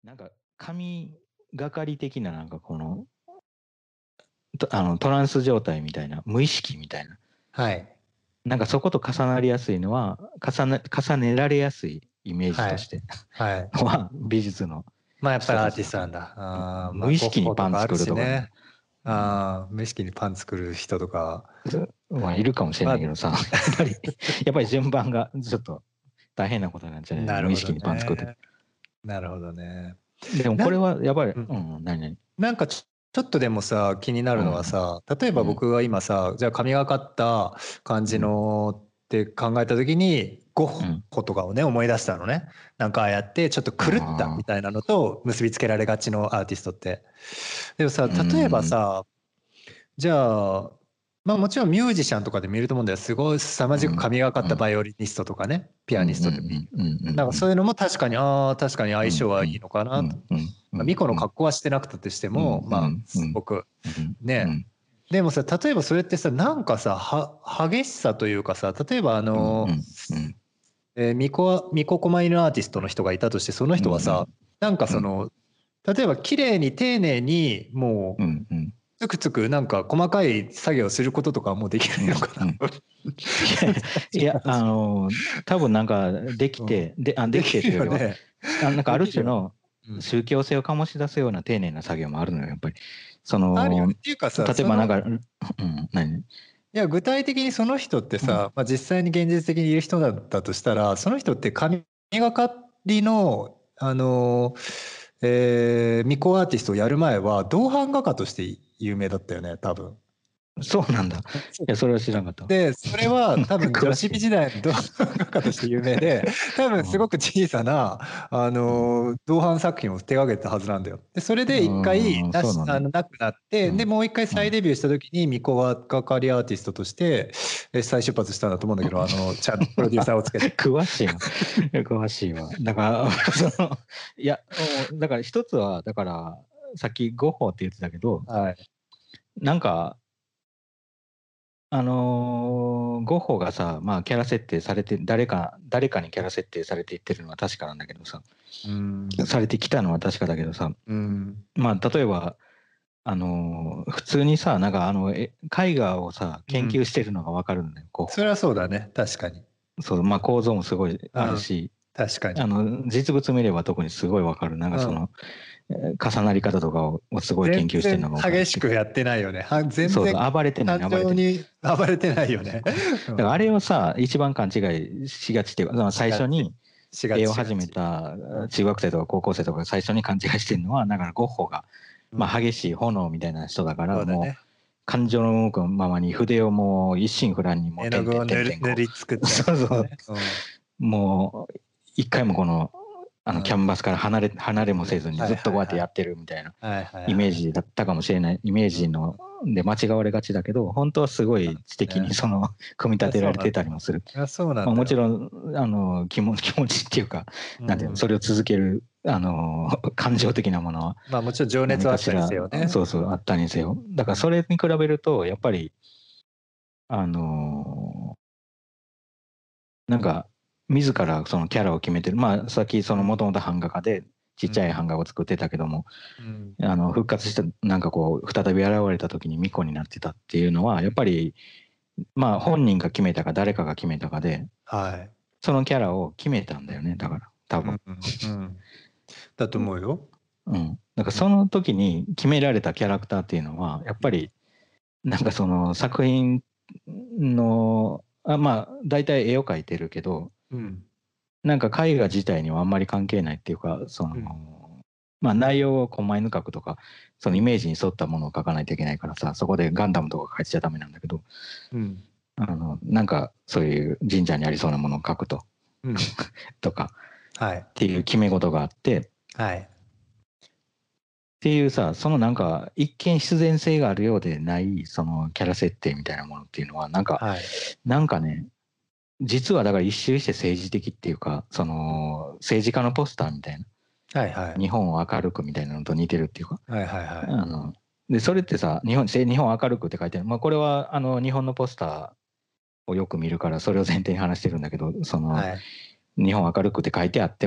なんか神がかり的ななんかこのトランス状態みたいな無意識みたいな、 はい。 なんかそこと重なりやすいのは重ねられやすいイメージはい。 としてはい。 は美術のまあやっぱりアーティ人たちだから、 ストなんだ。ああ、まあ無意ゴッ識にパンホとかある作るとかね、 しね。ああ、無意識にパン作る人とか。 まあいるかもしれまあ、 ないけどさやっぱり順番がちょっと大変なことになっちゃうね、 なるほど無意識にパン作って。 ね。なるほどね。 でもこれなん、 はやっぱりうん何々。 なんかちょっとでもさ、気になるのはうんさ、例えばうん僕が今さ、じゃあ神がかった感じうんのって考えた時に、ゴッうんホとかをね、思い出したのね。なんかああやってちょっと狂ったみあたいなのと結びつけられがちのアーティストって。でもさ、 ーう例えばんさ、じゃあ、まあもちろんミュージシャンとかで見ると思うんだよ。すごい凄まじくうん神がかったうんバイオリニストとかね、ピアニストでもいいけど。 うんうんなんかそういうのも確かに、ああ、確かに相性はいいのかなと。まあミコの格好はしてなくたとしても、まあすごくね。でもさ、例えばそれってさ、なんかさ、激しさというかさ、例えばミココマイのアーティストの人がいたとして、その人はさ、なんかその、例えば綺麗に丁寧にもう、つくつくなんか細かい作業をすることとかはもうできないのかな。 いや、多分なんかできうん、 て、ででききてというよりは、 るよね。 なんかあできるよね。 る種のうん。 宗教性を醸し出すような丁寧な作業もあるのよ、やっぱり。 あるよね。っていうかさ、 例えばなんか、何いや、具体的にその人ってうん。 さ、まあ、実際に現実的にいる人だったとしたら、その人って神がかりの、未婚アーティストをやる前は、銅版画家として有名だったよね、多分。 そうなんだ。いや、それは知らなかったわ。 で、それは多分女子美詳しい。 時代の銅版画家として有名で、多分すごく小さな、銅版作品を手がけたはずなんだよ。で、それで一回そうなんだ。 なくなって、で、 うん。 もう一回うん。 再デビューした時にミコがかりアーティストとして再出発したんだと思うんだけど、ちゃんとプロデューサーをつけて。 詳しいな。詳しいわ。だから、いや、だから一つは、だから、さっきゴッホって言ってたけど、 はい。 なんか、ゴッホがさ、まあ、キャラ設定されて、誰かにキャラ設定されていってるのは確かなんだけどさ、 うん。 されてきたのは確かだけどさ、 うん。 まあ、例えば、普通にさ、なんか絵画をさ、研うん。 究してるのがわかるんだよ、ゴッホ。 それはそうだね。確かに。 そう、まあ構造もすごいうん。 あるし、 確かに。 実物見れば特にすごいわかる。なんかうん。 その、重なり方とかをすごい研全究してるのがわかるし。 然激しくやってないよね。全そうそう、 然暴れてないね、 感暴れてない。 情に暴れてないよね。うん。 だからあれをさ、一番勘違いしがちっていうか、まあしがち。 最初にしがち絵を始しがち。 めたうん。 中学生とか高校生とかが最初に勘違いしてるのは、だからゴッホが、まあうん。 激しい炎みたいな人だから、もうそうだね。 感情の動くままに筆をもう一心不乱にもう絵の具を塗こりつくっう、 ちゃうそうそう、 人だね。うん。 もう一回もこの、 うん。 キャンバスから離れもせずにはいずっとこうはいはい。 やってやってるみたいなはいはいイメーはい。 ジだったかもしれない、イメーうん。 ジので間違われがちだけど、本当はすごそうなんい知的にだね。 その組みいや、 立てられてそうなんだよ。 たりもする。 いや、そうなまあ、 んだよ。 もちろん気持ちっていうか、なんていうの、 うん。 それを続ける感情的なものはまあもちろん情熱はあったり何かしら、 せよね。 そうそうあうん。 ったにせよ。だからうん。 それに比べるとやっぱりあのなんか自らそのキャラを決めてる、まあさっきそのもともと版画家でちっちゃいうん。 版画を作ってたけども、 うん。 復活したなんかこう再び現れた時に巫女になってたっていうのはやっぱりまあ本人が決めたか誰かが決めたかで、 はい。 そのキャラを決めたんだよね、だから多分。 うん。うん。だと思うよ。 うん。だからうん。 その時に決められたキャラクターっていうのはやっぱりなんかその作品のまあ大体絵を描いてるけど、 うん。 なんか絵画自体にはあんまり関係ないっていうか、そうん。 のまあ内容を狛犬描くとか、そのイうん。 メージに沿ったものを描かないといけないからさ、そこでガンダムとか描いちゃダメなんだけど、 うん。 なんかそういう神社にありそうなものを描くとうん。 とかはい。 っていう決め事があって、 はい。 っていうさ、そのなんか一見必然性があるようでないそのキャラ設定みたいなものっていうのははい。 なんかね、実はだから一周して政治的っていうか、その政治家のポスターみたいな、 はいはい。 日本を明るくみたいなのと似てるっていうか、 はいはいはい。 あのでそれってさ、日本を明るくって書いてある、まあこれは日本のポスターをよく見るからそれを前提に話してるんだけど、そのはい。 日本を明るくって書いてあっても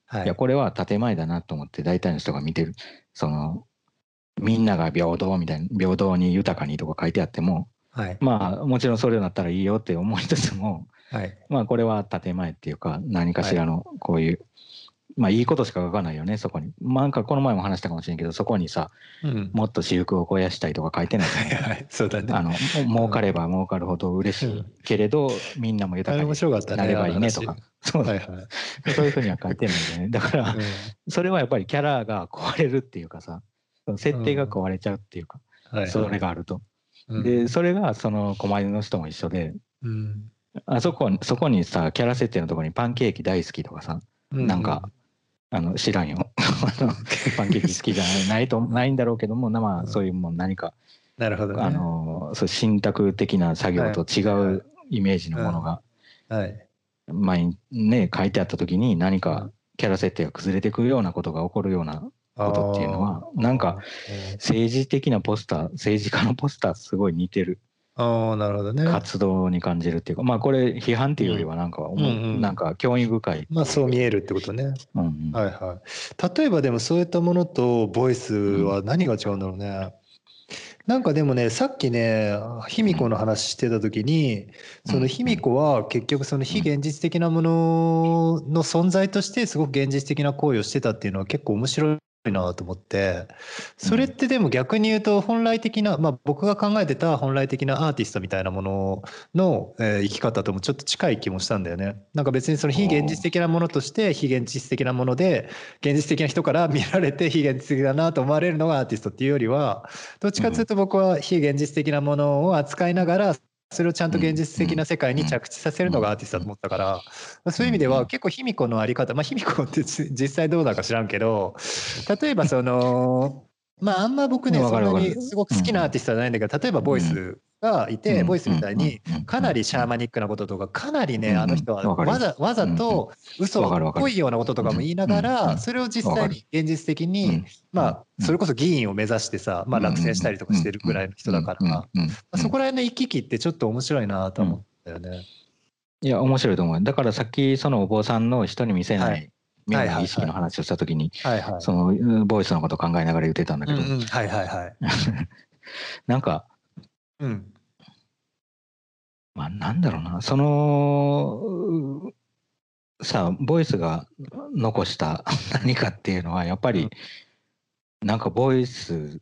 いやこれは建前だなと思って大体の人が見てる。そのみんなが平等みたいな、平等に豊かにとか書いてあっても、まあもちろんそれだったらいいよって思いつつも、まあこれは建前っていうか何かしらのこういう、まあいいことしか書かないよね、そこに。なんかこの前も話したかもしれんけど、そこにさ、もっと私腹を肥やしたいとか書いてないじゃん。そうだね。 儲かれば儲かるほど嬉しいけれど、みんなも豊かになればいいねとか、そういうふうには書いてないんだよね。だから、それはやっぱりキャラが壊れるっていうかさ、設定が壊れちゃうっていうか、それがあると。で、それがその狛犬の人も一緒で、そこにさ、キャラ設定のところにパンケーキ大好きとかさ、なんか、知らんよ。パンケーキ好きじゃないんだろうけども、まあ、そういうもん何か、そう信託的な作業と違うイメージのものが、前にね、書いてあった時に何かキャラ設定が崩れていくようなことが起こるようなことっていうのは、なんか政治的なポスター、政治家のポスターすごい似てる。 なるほどね。 活動に感じるっていうか、まあこれ批判っていうよりはなんか興味深い。 まあそう見えるってことね。はいはい。例えばでもそういったものとボイスは何が違うんだろうね。なんかでもね、さっきね、卑弥呼の話してた時に、その卑弥呼は結局その非現実的なものの存在としてすごく現実的な行為をしてたっていうのは結構面白いなと思って、それってでも逆に言うと本来的な、まあ僕が考えてた本来的なアーティストみたいなものの生き方ともちょっと近い気もしたんだよね。なんか別にその非現実的なものとして非現実的なもので、現実的な人から見られて非現実的だなと思われるのがアーティストっていうよりは、どっちかというと僕は非現実的なものを扱いながらそれをちゃんと現実的な世界に着地させるのがアーティストだと思ったから、そういう意味では結構卑弥呼のあり方、まあ卑弥呼って実際どうだか知らんけど、例えばそのまああんま僕ねそんなにすごく好きなアーティストじゃないんだけど、例えばボイスがいて、ボイスみたいにかなりシャーマニックなこととか、かなりねあの人はわざと嘘っぽいようなこととかも言いながら、それを実際に現実的にまあそれこそ議員を目指してさ、まあ落選したりとかしてるぐらいの人だから、そこら辺の行き来ってちょっと面白いなと思ったよね。 いや面白いと思う。だからさっきそのお坊さんの人に見せない妙な意識の話をした時に、そのボイスのことを考えながら言ってたんだけど、なんか、まあなんだろうな、そのさあボイスが残した何かっていうのはやっぱりなんかボイス、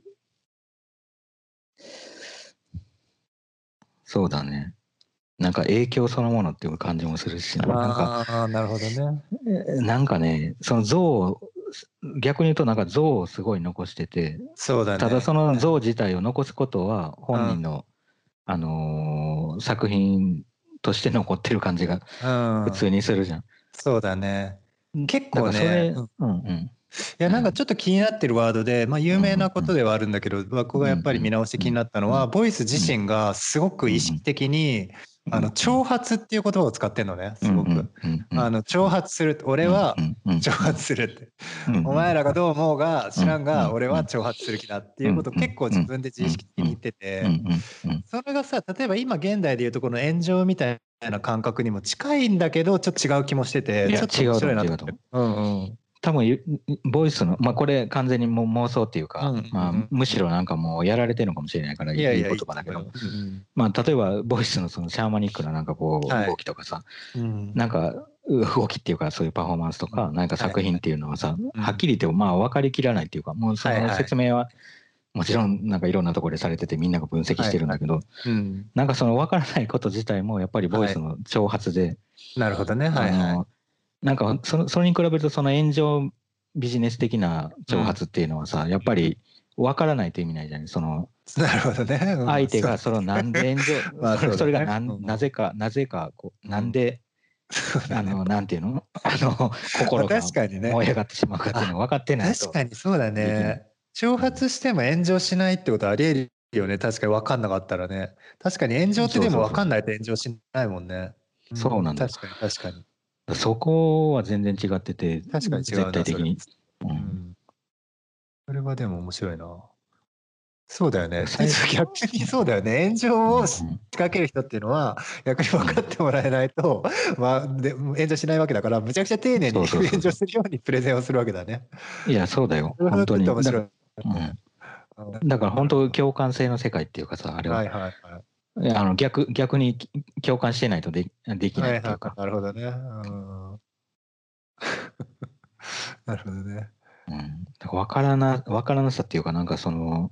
そうだね、なんか影響そのものっていう感じもするし、なんかなるほどね。 なんかね、その像、逆に言うとなんか像をすごい残してて、 そうだね、 ただその像自体を残すことは本人の、作品として残ってる感じが普通にするじゃん。 そうだね。結構ね。いやなんかちょっと気になってるワードで、まあ有名なことではあるんだけど、僕がやっぱり見直して気になったのは、ボイス自身がすごく意識的に挑発っていう言葉を使ってんのね、すごく。挑発する、俺は挑発するって。お前らがどう思うが知らんが、俺は挑発する気だっていうことを結構自分で自意識的に言ってて、それがさ、例えば今現代でいうとこの炎上みたいな感覚にも近いんだけど、ちょっと違う気もしてて、ちょっと面白いなと思って。 多分ボイスの、まあこれ完全にもう妄想っていうか、まあむしろなんかもうやられてるのかもしれないからいい言葉だけど、まあ例えばボイスのそのシャーマニックななんかこう動きとかさ、なんか動きっていうかそういうパフォーマンスとか、なんか作品っていうのはさ、はっきり言ってまあ分かりきらないっていうか、もうその説明はもちろんなんかいろんなところでされててみんなが分析してるんだけど、なんかその分からないこと自体もやっぱりボイスの挑発で、 なるほどね、 なんかそれに比べるとその炎上ビジネス的な挑発っていうのはさ、やっぱり分からないと意味ないじゃない。そのなるほどね、 相手がそのなんで炎上それがなぜかこうなんでなんていうの心が燃え上がってしまうかっていうのが分かってないと。 確かにそうだね。挑発しても炎上しないってことありえるよね。確かに分かんなかったらね。確かに炎上ってでも分かんないと炎上しないもんね。 そうなんだ。 確かに確かに。 そこは全然違ってて、 確かに違うな、 絶対的に。 それはでも面白いな。 そうだよね。逆にそうだよね。炎上を仕掛ける人っていうのは逆に分かってもらえないと、炎上しないわけだから、むちゃくちゃ丁寧に炎上するようにプレゼンをするわけだね。 いや、そうだよ。本当に。だから本当共感性の世界っていうかさ、あれは。逆に共感してないとできないっていうか。 なるほどね。なるほどね。 だから分からなさっていうか、なんかその、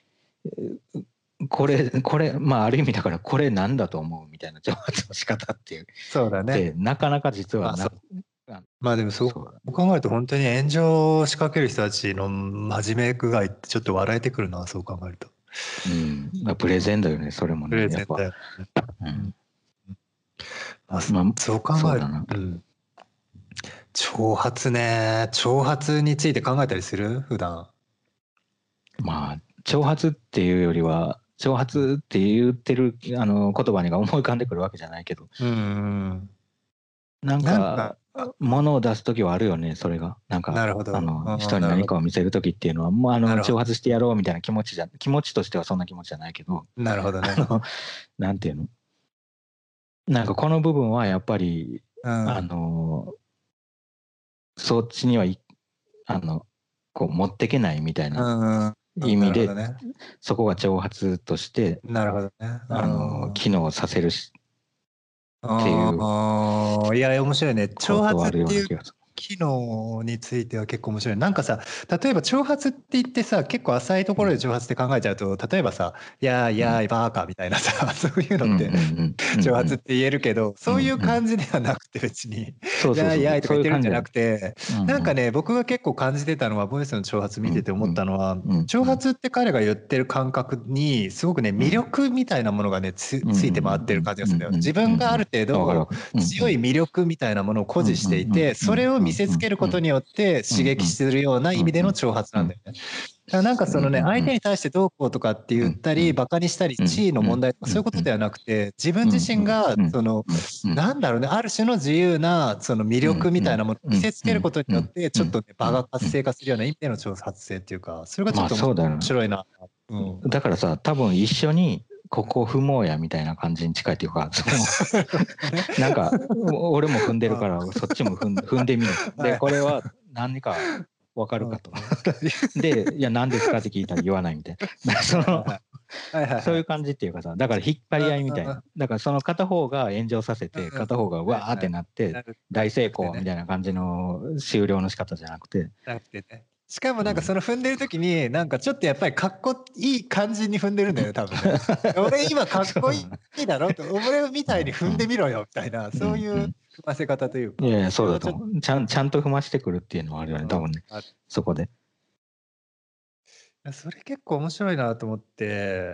これ、まあある意味だからこれなんだと思うみたいな挑発の仕方っていう。 そうだね。 で、なかなか実はまあでもそう考えると本当に炎上を仕掛ける人たちの真面目具合ってちょっと笑えてくるな、そう考えると。 プレゼンだよね、それもね。 プレゼンだよね。そう考えると。挑発ね。挑発について考えたりする？普段。 まあ、挑発っていうよりは、挑発って言ってる言葉にが思い浮かんでくるわけじゃないけど。なんか、ものを出す時はあるよね、それが。なんか、人に何かを見せる時っていうのは、もう挑発してやろうみたいな気持ちとしてはそんな気持ちじゃないけど。 なるほどね。 なんていうの？なんかこの部分はやっぱり、そっちにはこう持ってけないみたいな意味で、そこが挑発として、 なるほどね。 機能させるしっていう。 いや面白いね。挑発っていう機能については結構面白い。なんかさ、例えば挑発って言ってさ、結構浅いところで挑発って考えちゃうと、例えばさ、いやバーカみたいなさ、そういうのって挑発って言えるけど、そういう感じではなくて別に、いやとか言ってるんじゃなくて、なんかね、僕が結構感じてたのは、ボイスの挑発見てて思ったのは、挑発って彼が言ってる感覚に、すごくね、魅力みたいなものがね、ついて回ってる感じがするんだよ。自分がある程度強い魅力みたいなものを誇示していて、それを見せつけることによって刺激するような意味での挑発なんだよね。なんかそのね、相手に対してどうこうとかって言ったり、バカにしたり、地位の問題とかそういうことではなくて、自分自身がその、なんだろうね、ある種の自由なその魅力みたいなものを見せつけることによって、ちょっとね、場が活性化するような意味での挑発性っていうか、それがちょっと面白いな。 だからさ、多分一緒にここ踏もうやみたいな感じに近いっていうか、なんか俺も踏んでるからそっちも踏んでみよう。でこれは何か分かるかと。で、いや何ですかって聞いたら言わないみたいな。そういう感じっていうかさ、だから引っ張り合いみたいな。だからその片方が炎上させて、片方がわーってなって大成功みたいな感じの終了の仕方じゃなくて。 しかもなんかその踏んでる時になんかちょっとやっぱりかっこいい感じに踏んでるんだよね、多分ね。俺今かっこいいだろと、俺みたいに踏んでみろよみたいな、そういう踏ませ方というか。 いやそうだと思う。ちゃんと踏ましてくるっていうのはあるよね、多分ね。そこで。 それ結構面白いなと思って、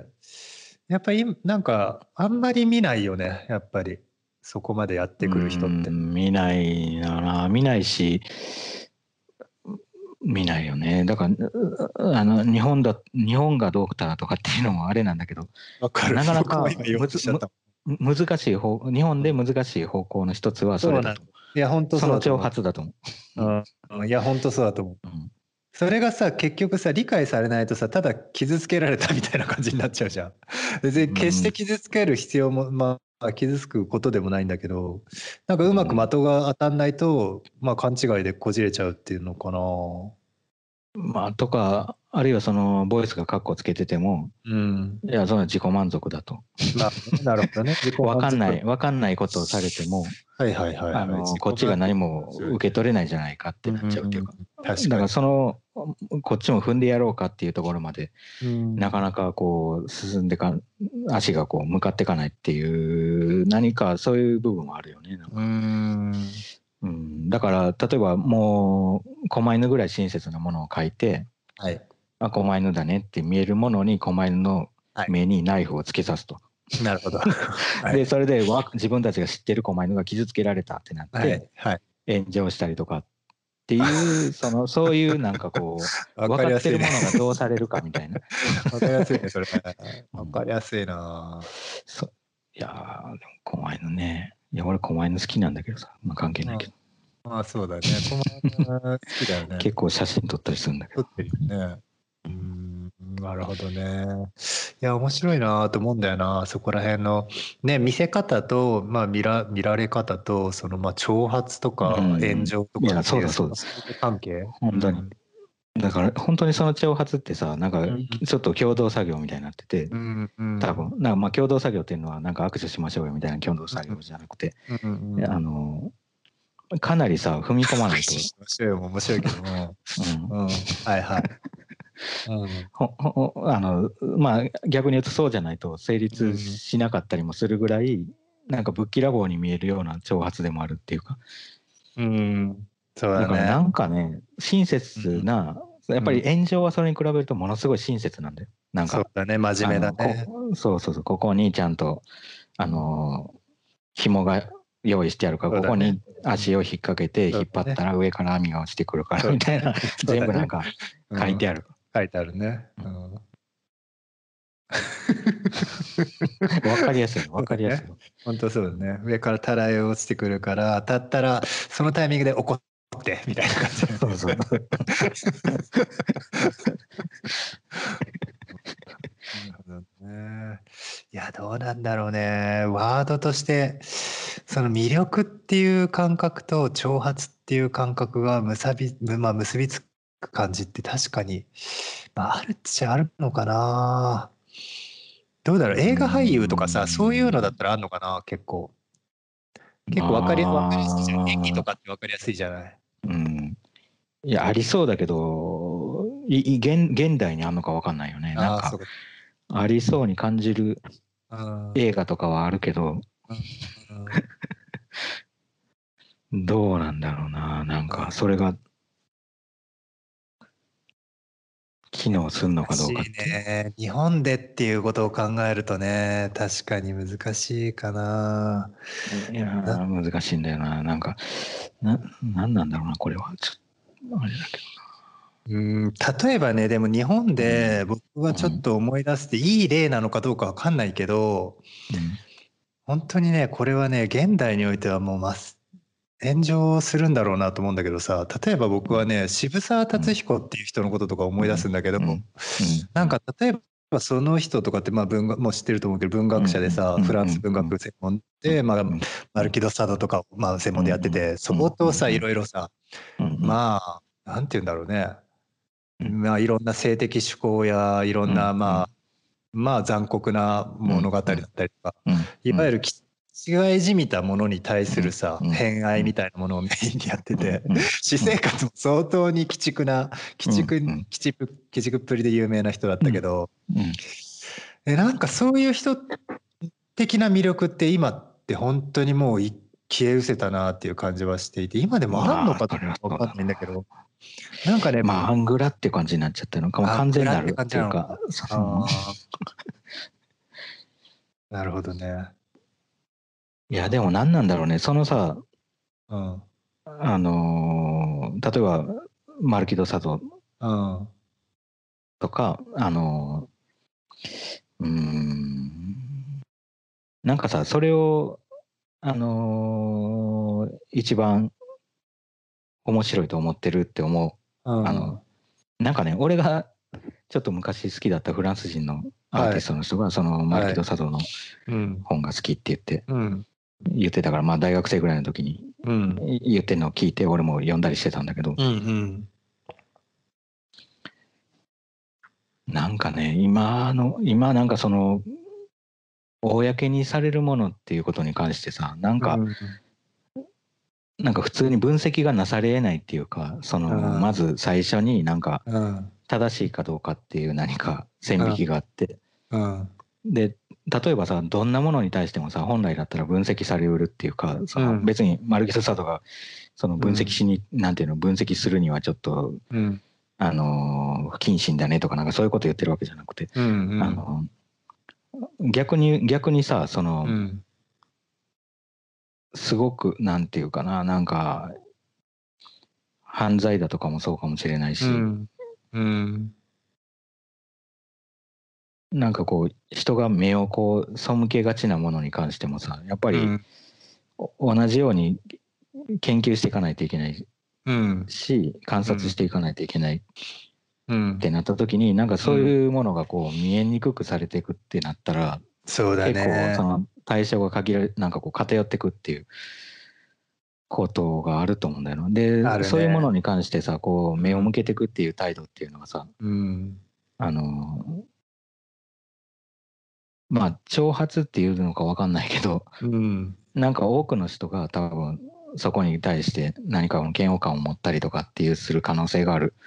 やっぱりなんかあんまり見ないよね、やっぱり。そこまでやってくる人って。 見ないし、見ないよね。だから日本がどうだとかっていうのもあれなんだけど、なかなか難しい日本で難しい方向の一つはそれだと思う。 いや本当その挑発だと思う。いや本当そうだと思う。それがさ結局さ理解されないとさただ傷つけられたみたいな感じになっちゃうじゃん。別に決して傷つける必要もまあ傷つくことでもないんだけど、なんかうまく的が当たんないと、まあ勘違いでこじれちゃうっていうのかな。 まあとかあるいはそのボイスがカッコつけてても、いやその自己満足だと。 なるほどね。 分かんないことをされても、こっちが何も受け取れないじゃないかってなっちゃうっていうか。だからこっちも踏んでやろうかっていうところまで、なかなかこう進んで足がこう向かっていかないっていう何かそういう部分はあるよね。だから例えばもう狛犬ぐらい親切なものを描いて、狛犬だねって見えるものに狛犬の目にナイフを突き刺すと。 なるほど。 でそれで自分たちが知ってる狛犬が傷つけられたってなって炎上したりとかっていうそういうなんかこう分かってるものがどうされるかみたいな。 分かりやすいねそれ。分かりやすいな。 いやでも狛犬ね。いや俺狛犬好きなんだけどさ、まあ関係ないけど。 まあそうだね。狛犬好きだよね。 結構写真撮ったりするんだけど。 撮ってるよね。 なるほどね。いや面白いなと思うんだよな、そこら辺のね見せ方と、まあ、見られ方とそのまあ挑発とうか炎ん。 上といや、 かっていうそうだそうだ。 その相互関係。う本当に。 んだから本当にその挑発ってさ、なんかうんちょっと共同作業みたいになってて、 うんうん多分、なんかまあ共同作業っていうのはなんか握手しましょうよみたいな共同作業じゃなくて、 うんうんあの、かなりさ、踏み込まないと、 面白いも面白いけども、 うん、 はいはい。うんまあ逆に言うとそうじゃないと成立うんしなかったりもするぐらい、なんかぶっきらぼうに見えるような挑発でもあるっていうか、 うんそうだね。 だからなんかね、親切な、やっぱりうん炎上はそれに比べるとものすごい親切なんだよ。なんか、 そうだね、真面目だね。 そうそうそう、ここにちゃんと、あの、紐が用意してあるから、 そうだね。 ここに足を引っ掛けて引っ張っそうだね。 たら上から網が落ちてくるからそうみたいな、 そうだね。 全部なんか書いてある。 書いてあるね。 わかりやすい、わそうだね。 かりやすい。 本当そうだね。上からたらい落ちてくるから当たったらそのタイミングで怒ってみたいな感じで。 そうそう。 なるほどね。いやどうなんだろうね。ワードとしてその魅力っていう感覚と挑発っていう感覚が結びつく感じって確かに、あるっちゃあるのかな。どうだろう、映画俳優とかさ、そういうのだったらあんのかな、結構。結構わかりやすいじゃん。演技とああ、 かってわかりやすいじゃない。 うん。いや、ありそうだけど、現代にあんのかわかんないよね。なんああ、 か、 そうか。 ありそうに感じるうん。 映画とかはあるけど、 うんどうなんだろうな。なんか、 うんそれが機いや、 能すんのかどう難しいかっていう。 ね。日本でっていうことを考えるとね、確かに難しいかな。 いやなー、難しいんだよな。なんか、なんなんだろうな、これは。ちょっと、あれだけ例えばね、でも日本ど。うん。 で僕がうん。 ちょっと思い出していい例なのかどうかわかんないけど、 うん。 本当にね、これはね、現代においてはもう炎上するんだろうなと思うんだけどさ、例えば僕はね、渋沢うん。 達彦っていう人のこととか思い出すんだけど、 うん。うん。 なんか例えばその人とかってまあ文学もう知ってると思うけど文うん。 学者でさ、 うん。 フランうん。 ス文学専門で、まあ、マルキド・サドとかをまあ専門でやってて、相当さいろいろさ、まあなんて言うんだろうね、まあいろんな性的趣向やいろんなまあ残酷な物語だったりとか、いわゆる違いじみたものに対するさ偏愛みたいなものをメインにやってて、私生活も相当に鬼畜っぷりで有名な人だったけど、なんかそういう人的な魅力って今って本当にもう消え失せたなっていう感じはしていて、今でもあんのまあ、 かどうそれはかわかんそうだな。 ないんだけど、なんかね、 まあ、アングラっていう感じになっちゃったのかも。 アン完全なるグラって感っていうか、 じなのか。ああ、なるほどね。 いや、でも何なんだろうね。そのさ、 うん。 例えば、マルキド・サドうん。 とか、うーん、なんかさ、それを、一番面白いと思ってるって思う。 うん。 なんかね、俺がちょっと昔好きだったフランス人のアーティスはい。 トの人が、そのマルキド・はい。 サドのうん。 本が好きってうん。 言ってたから、まあ大学生ぐらいの時にうん。 言ってるのを聞いて、俺も読んだりしてたんだけど、 うん。うん。 なんかね、今なんかその、公にされるものっていうことに関してさ、なんか普通に分析がなされないっていうか、その、まず最初になんか、 うん。 正しいかどうかっていう何か線引きがあって、 うん。 で、例えばさ、どんなものに対してもさ、本来だったら分析されうるっていうか、そのうん。 別にマルキス・サドがその分析しに、なんていうの、分析するにはちょっと、 うん。 不謹慎だねとかなんかそういうこと言ってるわけじゃなくて、 うん。 あの、逆にさ、その、 うん。 すごく、なんていうかな、なんか、犯罪だとかもそうかもしれないし、 うん。うん。 なんかこう、人が目をこう、背けがちなものに関してもさ、やっぱりうん。 同じように研究していかないといけないうん。 し、観察していかないといけないってなった時に、なんかそういうものがこう見えにくくされていくってなったら、 そうだね、 結構その対象が限られ、なんかこう偏っていくっていうことがあると思うんだよ。で、そういうものに関してさ、こう目を向けていくっていう態度っていうのがさ、あのまあ挑発っていうのか分かんないけど、なんか多くの人が多分そこに対して何かの嫌悪感を持ったりとかっていうする可能性がある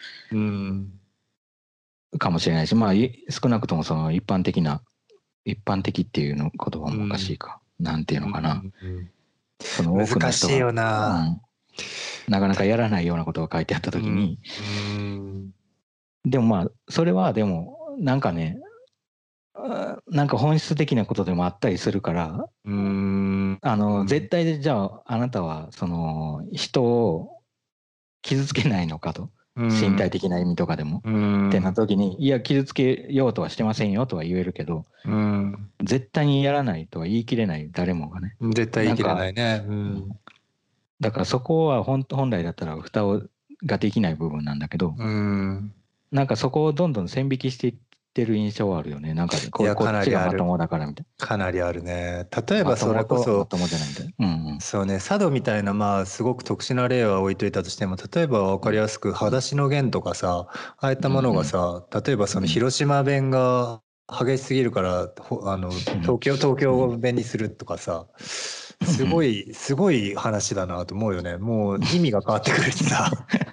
かもしれないし、まあ少なくともその一般的っていうの言葉もおかしいか、なんていうのかな、その多くの人がなかなかやらないようなことが書いてあった時に、でもまあそれはでもなんかね、なんか本質的なことでもあったりするから、絶対でじゃああなたはその人を傷つけないのかと、身体的な意味とかでもってなった時に、いや傷つけようとはしてませんよとは言えるけど、絶対にやらないとは言い切れない、誰もがね。 絶対言い切れないね。 だからそこは本来だったら蓋ができない部分なんだけど、なんかそこをどんどん線引きしていってる印象はあるよね。なんかこっちがまともだからみたいな。かなりあるね。例えばそれこそまともじゃないみたいな。 そうね、佐渡みたいなまあすごく特殊な例は置いといたとしても、例えば分かりやすく裸足の弦とかさ、ああいったものがさ、例えばその広島弁が激しすぎるから東京弁にするとかさ、すごい話だなと思うよね。もう意味が変わってくるしさ。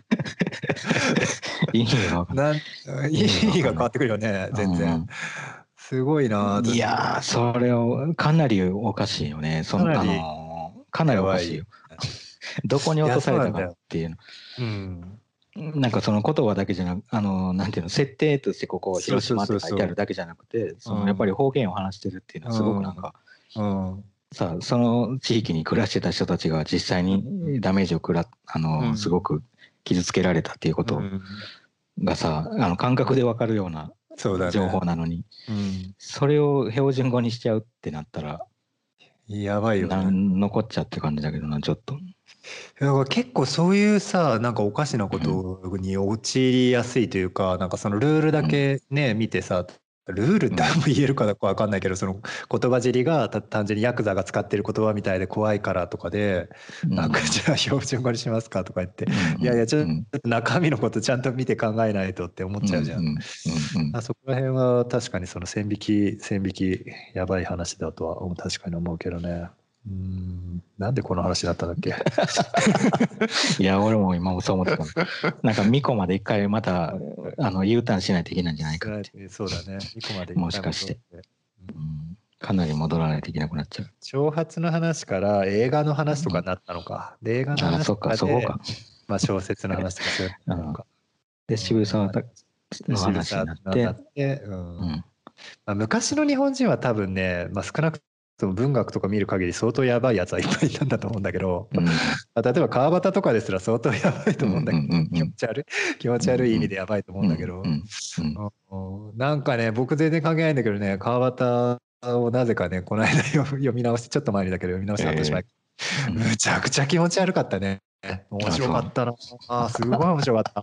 意味が変わってくるよね、全然。すごいな。 いやー、それをかなりおかしいよね。かなりおかしいよ。どこに落とされたかっていうの。なんかその言葉だけじゃなく、なんていうの、設定としてここ広島って書いてあるだけじゃなくて、やっぱり方言を話してるっていうのはすごくなんか、さあその地域に暮らしてた人たちが実際にダメージをすごく傷つけられたっていうことがさ、感覚で分かるような情報なのに、それを標準語にしちゃうってなったらやばいよね。 残っちゃって感じだけどな、ちょっと。 結構そういうさ、なんかおかしなことに陥りやすいというか、なんかそのルールだけね、見てさ、ルールっても言えるかどうか分かんないけど、その言葉尻が単純にヤクザが使ってる言葉みたいで怖いからとかで、なんかじゃあ標準語にしますかとか言って、いやいやちょっと中身のことちゃんと見て考えないとって思っちゃうじゃん。そこら辺は確かにその線引きやばい話だとは確かに思うけどね。なんでこの話だったんだっけ。 いや俺も今そう思ってた。なんかミコまで一回またU ターンしないといけないんじゃないかって。 そうだね、ミコまでもしかして、かなり戻らないといけなくなっちゃう。 挑発の話から映画の話とかになったのか。で映画の話とかでまあ小説の話とかそういうのか。 で渋沢の話になって、 昔の日本人は多分ね、まあ、少なくとも文学とか見る限り相当やばいやつはいっぱいいたんだと思うんだけど、例えば川端とかですら相当やばいと思うんだけど、気持ち悪い意味でやばいと思うんだけど、なんかね僕全然関係ないんだけどね、川端をなぜかねこの間読み直して、ちょっと前にだけど読み直して半年前、むちゃくちゃ気持ち悪かったね。面白かったな。すごい面白かった。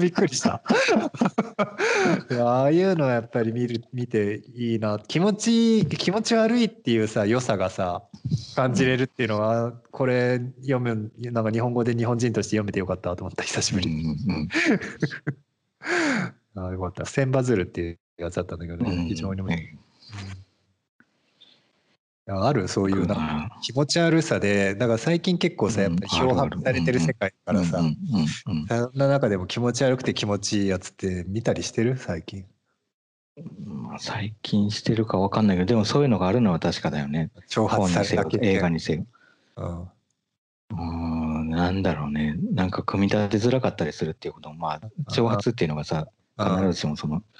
びっくりした。ああいうのやっぱり見ていいな。気持ち悪いっていうさ良さがさ感じれるっていうのは、これなんか日本語で日本人として読めてよかったと思った、久しぶりに。よかった。千羽鶴っていうやつだったんだけどね、非常に面白い。あるそういうなんか気持ち悪さで、だから最近結構さやっぱり漂白されてる世界からさ、そんな中でも気持ち悪くて気持ちいいやつって見たりしてる最近。 最近してるか分かんないけど、でもそういうのがあるのは確かだよね。 挑発された映画にせよ。なんだろうね、なんか組み立てづらかったりするっていうことも、まあ挑発っていうのがさ必ずしもその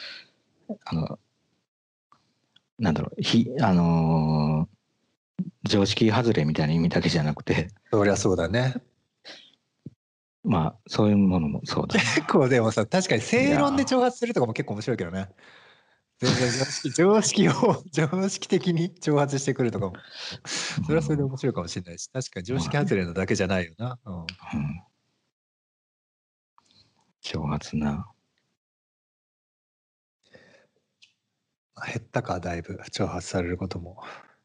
なんだろう常識外れみたいな意味だけじゃなくて、 そりゃそうだね。 まあそういうものもそうだ、 結構でもさ、確かに正論で挑発するとかも結構面白いけどね。全然常識的に挑発してくるとかも、それはそれで面白いかもしれないし、確かに常識外れのだけじゃないよな。 挑発な。 減ったか、だいぶ挑発されることも。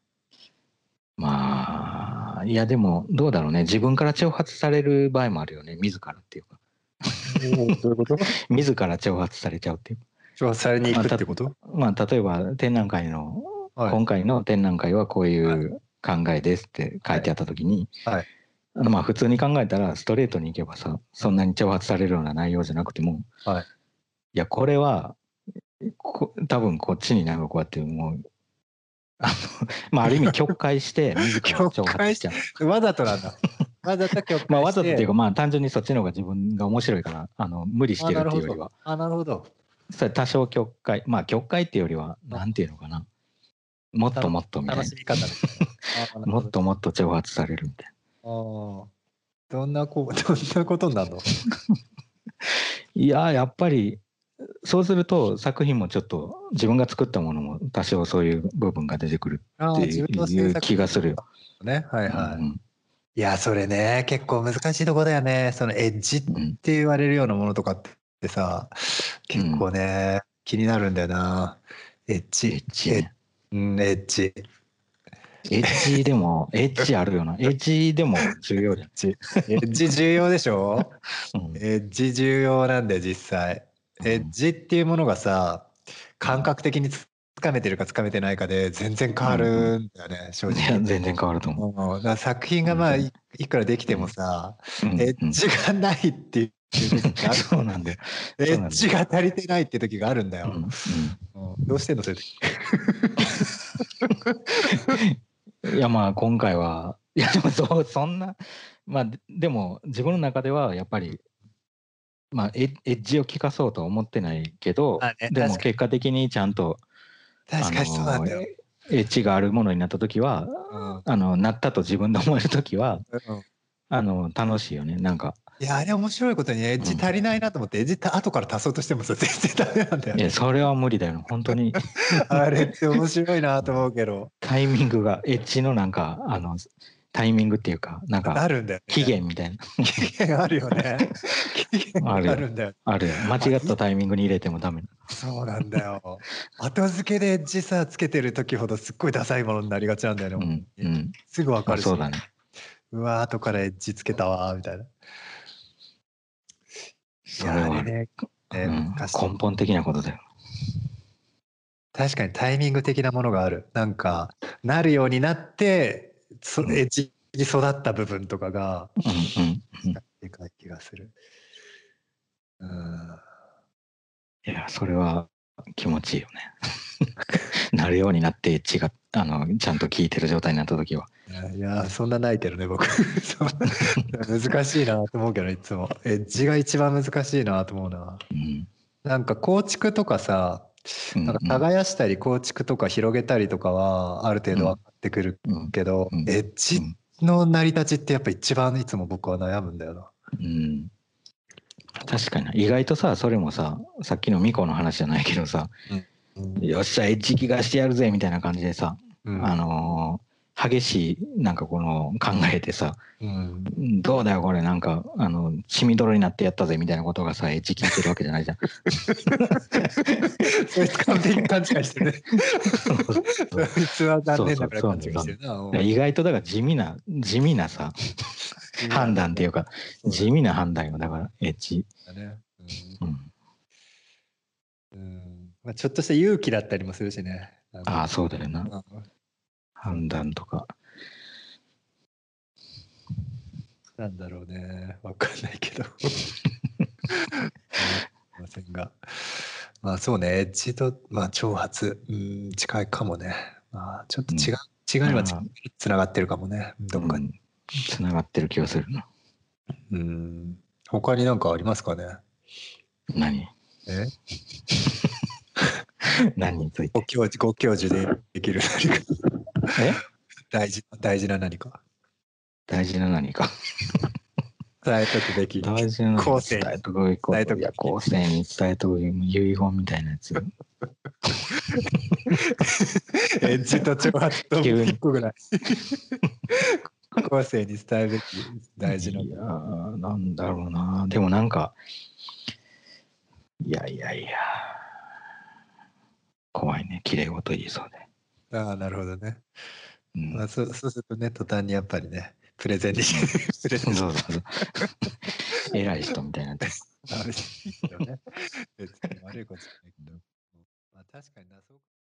まあいやでもどうだろうね、自分から挑発される場合もあるよね、自らっていうか。 どういうこと？ 自ら挑発されちゃうっていう。 挑発されに行くってこと？ まあ例えば展覧会の、 はい、 今回の展覧会はこういう考えですって書いてあった時に、 はい、 まあ普通に考えたらストレートに行けばさ、そんなに挑発されるような内容じゃなくても、 はい、 いやこれは多分こっちになんかこうやってもうまあある意味曲解して自ら挑発しちゃう。 わざとなんだ。わざと曲解して。 まあわざとっていうか、まあ単純にそっちの方が自分が面白いから無理してるっていうよりは、 なるほど。 それ多少曲解、まあ曲解っていうよりはなんていうのかな、もっともっとみたいな、 楽しみ方みたいな。 もっともっと挑発されるみたいな。 どんなことになるの？ いややっぱりそうすると作品もちょっと自分が作ったものも多少そういう部分が出てくるっていう気がするよ。 ね、はいはい。いやそれね結構難しいとこだよね。そのエッジって言われるようなものとかってさ、結構ね、気になるんだよな。エッジ。エッジ。 エッジでもエッジあるよな。エッジでも重要じゃん。 エッジ重要でしょ？エッジ重要なんだよ実際。エッジっていうものがさ、感覚的につかめてるかつかめてないかで全然変わるんだよね、正直。 いや全然変わると思う。 だから作品がまあいくらできてもさ、エッジがないっていう時がある。 そうなんだよ。 エッジが足りてないって時があるんだよ。どうしてんのそれ？ いやまあ今回はいやでもそんなまあでも自分の中ではやっぱりまあエッジを効かそうとは思ってないけど、でも結果的にちゃんと確かにそうなんだよ。 エッジがあるものになった時は、なったと自分で思える時は、楽しいよねなんか。 いやあれ面白いことにエッジ足りないなと思って、エッジ後から足そうとしてもさ全然ダメなんだよね。 いやそれは無理だよ本当に。 あれって面白いなと思うけど、 タイミングがエッジのなんかタイミングっていうかなんかあるんだよ、ね、 期限みたいな。 期限あるよね。期限あるんだよ。 あるよ。間違ったタイミングに入れてもダメ。 そうなんだよ。後付けでエッジさつけてる時ほどすっごいダサいものになりがちなんだよね。すぐわかるし。 そうだね。 うわ後からエッジつけたわみたいな。 それはね、根本的なことだよ。 確かにタイミング的なものがある。なんかなるようになってエッジに育った部分とかがでかい気がする。 いやそれは気持ちいいよね。なるようになってエッジがちゃんと効いてる状態になった時は。 いやそんなないけどね僕。難しいなと思うけどいつもエッジが一番難しいなと思うな。なんか構築とかさ、なんか耕したり構築とか広げたりとかはある程度分かってくるけど、エッジの成り立ちってやっぱ一番いつも僕は悩むんだよな。 確かに意外とさそれもさっきのミコの話じゃないけどさ、よっしゃエッジ気がしてやるぜみたいな感じでさ、激しいなんかこの考えてさ、どうだよこれなんか血みどろになってやったぜみたいなことがさエッジ聞いてるわけじゃないじゃん。 そいつ完璧に勘違いしてるね。そいつは残念ながら勘違いしてるな。 意外とだから地味なさ判断っていうか地味な判断よだからエッジ。 まあちょっとした勇気だったりもするしね。 ああそうだよな。判断とか。 なんだろうね。わかんないけど。ませんが。まあそうね。エッジと、まあ、挑発、近いかもね。まあちょっと違いはつながってるかもね。どっかに。 つながってる気がするな。 他に何かありますかね。 何？何について？ ご教授でできる何か。大事な何か。 大事な何か。 伝えとくべき。 大事な何か伝えとくべき。いや後世に伝えとく遺言みたいなやつ。 エッジと挑発と1個ぐらい。後世に伝えるべき大事な。 いやなんだろうな。でもなんかいや怖いね。綺麗事言いそうで。ああ、なるほどね。まあ、そうするとね、途端にやっぱりね、プレゼンにプレゼン。 そうそうそう。偉い人みたいになって。 ある人ね。別に悪いことじゃないけど。まあ確かにな、そう